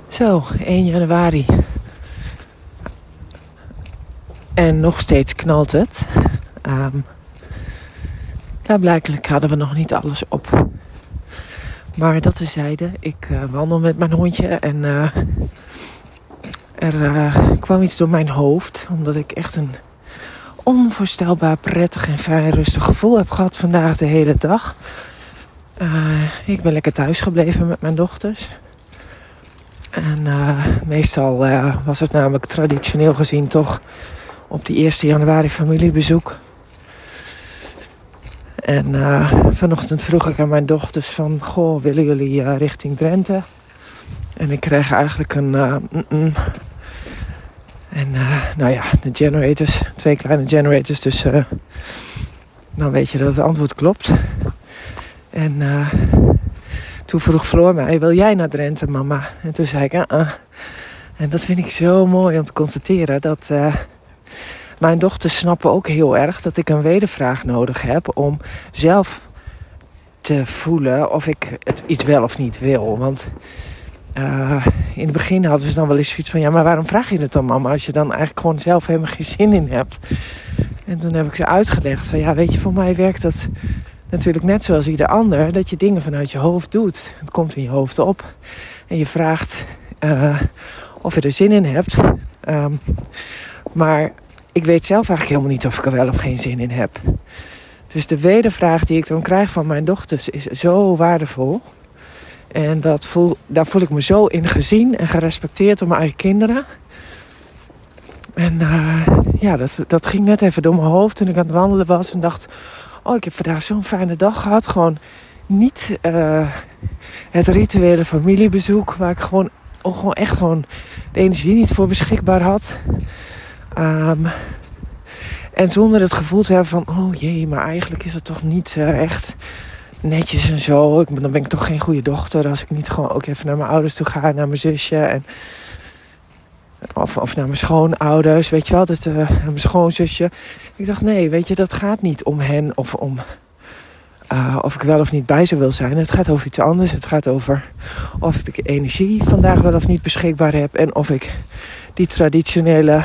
Zo, 1 januari. En nog steeds knalt het. Blijkbaar hadden we nog niet alles op. Maar dat tezijde, ik wandel met mijn hondje en er kwam iets door mijn hoofd. Omdat ik echt een onvoorstelbaar prettig en fijn rustig gevoel heb gehad vandaag de hele dag. Ik ben lekker thuis gebleven met mijn dochters. En meestal was het namelijk traditioneel gezien toch op die 1 januari familiebezoek. En vanochtend vroeg ik aan mijn dochters van, goh, willen jullie richting Drenthe? En ik kreeg eigenlijk een En de generators, 2 kleine generators, dus dan weet je dat het antwoord klopt. En toen vroeg Floor mij, wil jij naar Drenthe, mama? En toen zei ik, En dat vind ik zo mooi om te constateren, dat mijn dochters snappen ook heel erg dat ik een wedervraag nodig heb om zelf te voelen of ik het iets wel of niet wil. Want in het begin hadden ze dan wel eens zoiets van, ja, maar waarom vraag je het dan, mama, als je dan eigenlijk gewoon zelf helemaal geen zin in hebt? En toen heb ik ze uitgelegd van, ja, weet je, voor mij werkt dat natuurlijk net zoals ieder ander, dat je dingen vanuit je hoofd doet. Het komt in je hoofd op en je vraagt of je er zin in hebt. Maar ik weet zelf eigenlijk helemaal niet of ik er wel of geen zin in heb. Dus de wedervraag die ik dan krijg van mijn dochters is zo waardevol. En daar voel ik me zo in gezien en gerespecteerd door mijn eigen kinderen. En dat ging net even door mijn hoofd toen ik aan het wandelen was. En dacht, ik heb vandaag zo'n fijne dag gehad. Gewoon niet het rituele familiebezoek, waar ik gewoon echt de energie niet voor beschikbaar had. En zonder het gevoel te hebben van, oh jee, maar eigenlijk is het toch niet echt netjes en zo. Dan ben ik toch geen goede dochter als ik niet gewoon ook even naar mijn ouders toe ga, naar mijn zusje. Of naar mijn schoonouders, weet je wel, naar mijn schoonzusje. Ik dacht, nee, weet je, dat gaat niet om hen of om of ik wel of niet bij ze wil zijn. Het gaat over iets anders. Het gaat over of ik energie vandaag wel of niet beschikbaar heb. En of ik die traditionele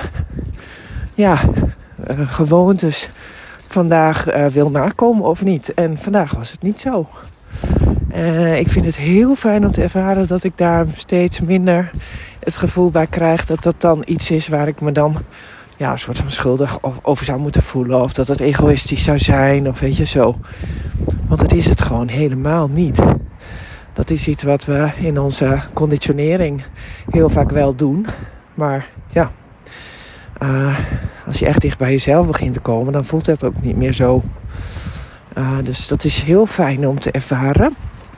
gewoontes vandaag wil nakomen of niet. En vandaag was het niet zo. Ik vind het heel fijn om te ervaren dat ik daar steeds minder het gevoel bij krijg dat dat dan iets is waar ik me dan een soort van schuldig over zou moeten voelen. Of dat het egoïstisch zou zijn, of weet je zo. Want dat is het gewoon helemaal niet. Dat is iets wat we in onze conditionering heel vaak wel doen. Maar ja, als je echt dicht bij jezelf begint te komen, dan voelt het ook niet meer zo. Dus dat is heel fijn om te ervaren.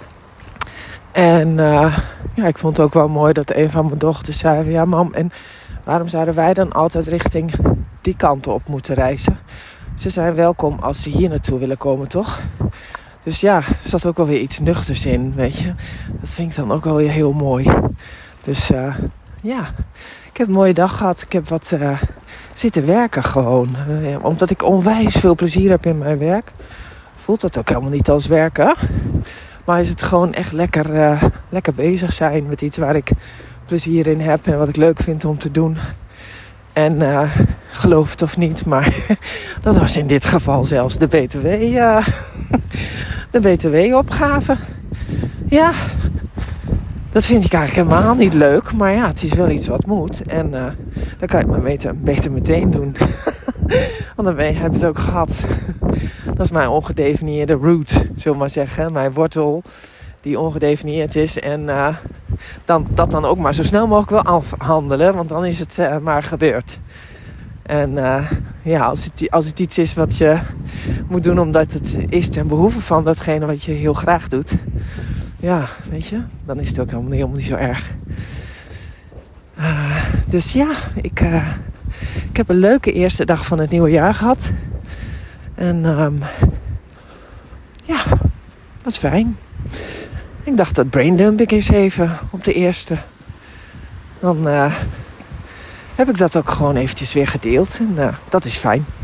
En ik vond het ook wel mooi dat een van mijn dochters zei van, ja mam, en waarom zouden wij dan altijd richting die kant op moeten reizen? Ze zijn welkom als ze hier naartoe willen komen, toch? Dus ja, er zat ook wel weer iets nuchters in, weet je. Dat vind ik dan ook wel weer heel mooi. Dus ik heb een mooie dag gehad. Ik heb wat zitten werken gewoon. Omdat ik onwijs veel plezier heb in mijn werk, voelt dat ook helemaal niet als werken. Maar is het gewoon echt lekker bezig zijn met iets waar ik plezier in heb en wat ik leuk vind om te doen. En geloof het of niet, maar dat was in dit geval zelfs de BTW-opgave. Ja, dat vind ik eigenlijk helemaal niet leuk. Maar ja, het is wel iets wat moet. En dan kan je het maar beter meteen doen. Want dan heb je het ook gehad. Dat is mijn ongedefinieerde root, zullen we maar zeggen. Mijn wortel die ongedefinieerd is. En dat dan ook maar zo snel mogelijk wel afhandelen. Want dan is het maar gebeurd. En als het iets is wat je moet doen omdat het is ten behoeve van datgene wat je heel graag doet. Ja, weet je, dan is het ook helemaal niet zo erg. Dus ja, ik heb een leuke eerste dag van het nieuwe jaar gehad. En was fijn. Ik dacht, dat braindump ik eens even op de eerste. Dan heb ik dat ook gewoon eventjes weer gedeeld. En dat is fijn.